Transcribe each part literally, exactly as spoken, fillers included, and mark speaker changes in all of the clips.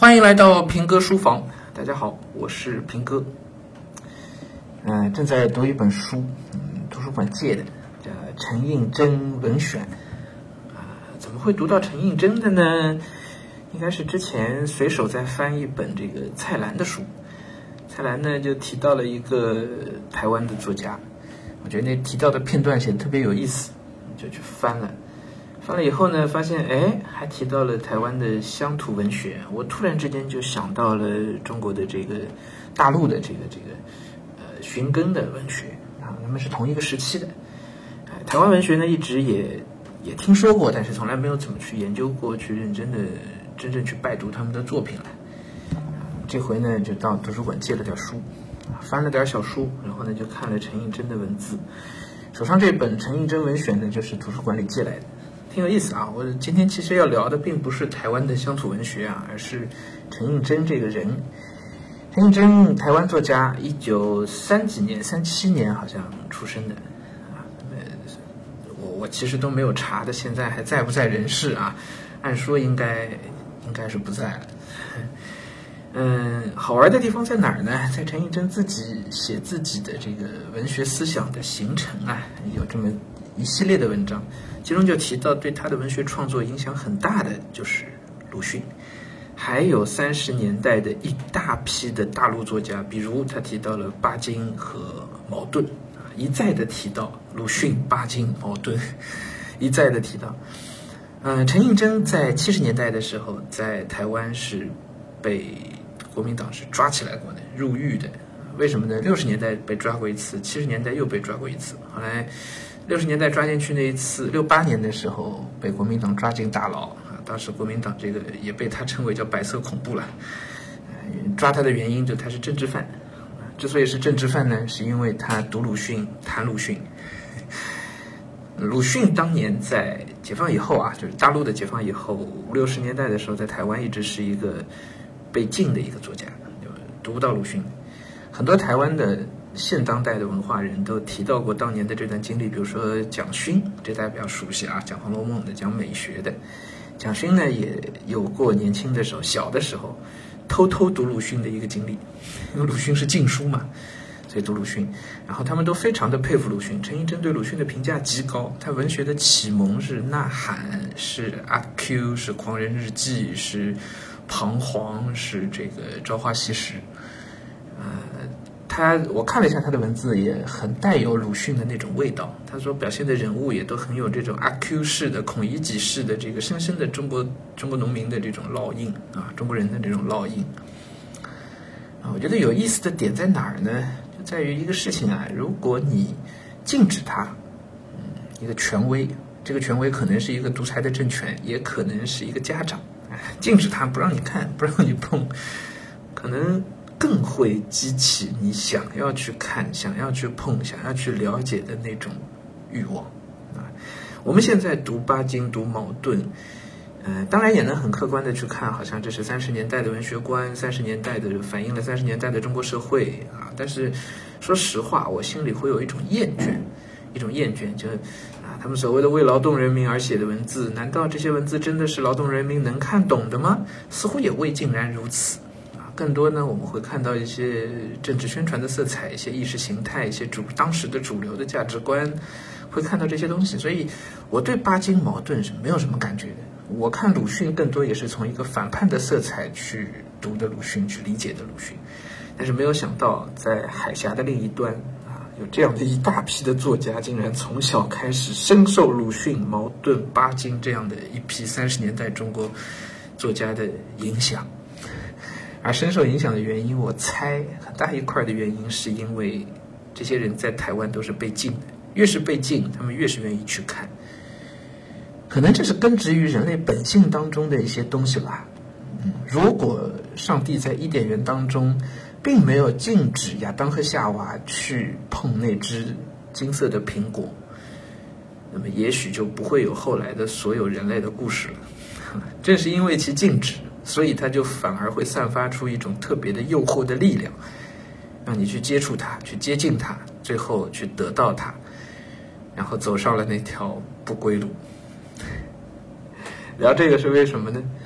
Speaker 1: 欢迎来到平哥书房，大家好，我是平哥。嗯、呃，正在读一本书，嗯，图书馆借的，叫《陈应真文选》啊、呃。怎么会读到陈应真的呢？应该是之前随手在翻一本这个蔡澜的书，蔡澜呢就提到了一个台湾的作家，我觉得那提到的片段写得特别有意思，就去翻了。翻了以后呢，发现哎，还提到了台湾的乡土文学。我突然之间就想到了中国的这个大陆的这个这个呃寻根的文学啊，他们是同一个时期的。呃、台湾文学呢，一直也也听说过，但是从来没有怎么去研究过，去认真的真正去拜读他们的作品来。啊、这回呢，就到图书馆借了点书，翻了点小书，然后呢就看了陈应真的文字。手上这本《陈应真文选》呢，就是图书馆里借来的。挺有意思啊！我今天其实要聊的并不是台湾的乡土文学啊，而是陈应真这个人。陈应真，台湾作家，一九三几年、三七年好像出生的啊。我我其实都没有查的，现在还在不在人世啊？按说应该应该是不在了。嗯，好玩的地方在哪儿呢？在陈应真自己写自己的这个文学思想的形成啊，有这么一系列的文章。其中就提到对他的文学创作影响很大的就是鲁迅，还有三十年代的一大批的大陆作家，比如他提到了巴金和茅盾，一再的提到鲁迅、巴金、茅盾，一再的提到。嗯、呃，陈应真在七十年代的时候，在台湾是被国民党是抓起来过的，入狱的。为什么呢？六十年代被抓过一次，七十年代又被抓过一次，后来。六十年代抓进去那一次，六八年的时候被国民党抓进大牢啊！当时国民党这个也被他称为叫白色恐怖了。抓他的原因就他是政治犯，之所以是政治犯呢，是因为他读鲁迅、谈鲁迅。鲁迅当年在解放以后啊，就是大陆的解放以后，五六十年代的时候，在台湾一直是一个被禁的一个作家，读不到鲁迅。很多台湾的现当代的文化人都提到过当年的这段经历，比如说蒋勋，这大家比较熟悉啊，讲《红楼梦》的，讲美学的。蒋勋呢也有过年轻的时候、小的时候偷偷读鲁迅的一个经历，因为鲁迅是禁书嘛，所以读鲁迅。然后他们都非常的佩服鲁迅，陈应真对鲁迅的评价极高，他文学的启蒙是《呐喊》，是《阿 Q》，是《狂人日记》，是《彷徨》，是这个《朝花夕拾》。呃。他我看了一下他的文字，也很带有鲁迅的那种味道。他说表现的人物也都很有这种阿 Q 式的、孔乙己式的这个深深的中国中国农民的这种烙印啊，中国人的这种烙印啊。我觉得有意思的点在哪儿呢？就在于一个事情啊，如果你禁止他，嗯，一个权威，这个权威可能是一个独裁的政权，也可能是一个家长，哎，禁止他，不让你看，不让你碰，可能更会激起你想要去看、想要去碰、想要去了解的那种欲望啊。我们现在读巴金、读茅盾，呃，当然也能很客观的去看，好像这是三十年代的文学观，三十年代的反映了三十年代的中国社会啊。但是说实话，我心里会有一种厌倦，一种厌倦，就啊，他们所谓的为劳动人民而写的文字，难道这些文字真的是劳动人民能看懂的吗？似乎也未尽然如此。更多呢，我们会看到一些政治宣传的色彩，一些意识形态，一些主当时的主流的价值观，会看到这些东西。所以我对巴金、茅盾是没有什么感觉的。我看鲁迅更多也是从一个反叛的色彩去读的鲁迅，去理解的鲁迅。但是没有想到，在海峡的另一端啊，有这样的一大批的作家，竟然从小开始深受鲁迅、茅盾、巴金这样的一批三十年代中国作家的影响。而深受影响的原因，我猜很大一块的原因是因为这些人在台湾都是被禁的，越是被禁，他们越是愿意去看。可能这是根植于人类本性当中的一些东西吧。嗯，如果上帝在伊甸园当中并没有禁止亚当和夏娃去碰那只金色的苹果，那么也许就不会有后来的所有人类的故事了。正是因为其禁止，所以它就反而会散发出一种特别的诱惑的力量，让你去接触它，去接近它，最后去得到它，然后走上了那条不归路。聊这个是为什么呢？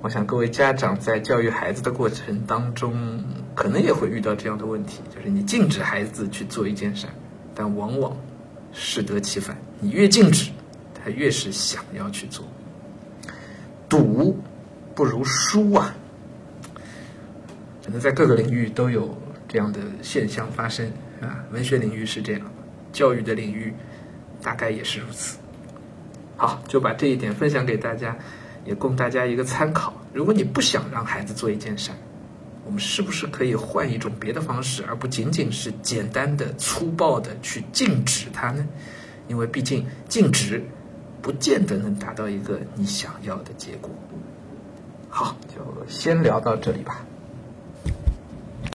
Speaker 1: 我想各位家长在教育孩子的过程当中，可能也会遇到这样的问题，就是你禁止孩子去做一件事，但往往适得其反，你越禁止，他越是想要去做。赌不如输啊，可能在各个领域都有这样的现象发生啊，文学领域是这样，教育的领域大概也是如此。好，就把这一点分享给大家，也供大家一个参考。如果你不想让孩子做一件事，我们是不是可以换一种别的方式，而不仅仅是简单的粗暴的去禁止它呢？因为毕竟禁止不见得能达到一个你想要的结果。好，就先聊到这里吧。